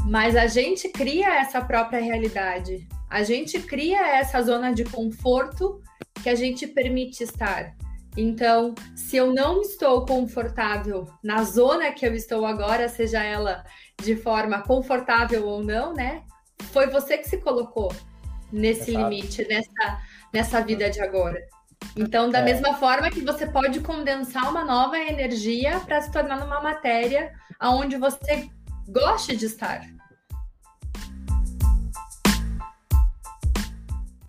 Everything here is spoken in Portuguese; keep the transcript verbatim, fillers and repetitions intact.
Mas a gente cria essa própria realidade. A gente cria essa zona de conforto que a gente permite estar. Então, se eu não estou confortável na zona que eu estou agora, seja ela de forma confortável ou não, né? Foi você que se colocou nesse Exato. limite, nessa, nessa vida de agora. Então, da É. mesma forma que você pode condensar uma nova energia para se tornar numa matéria onde você goste de estar.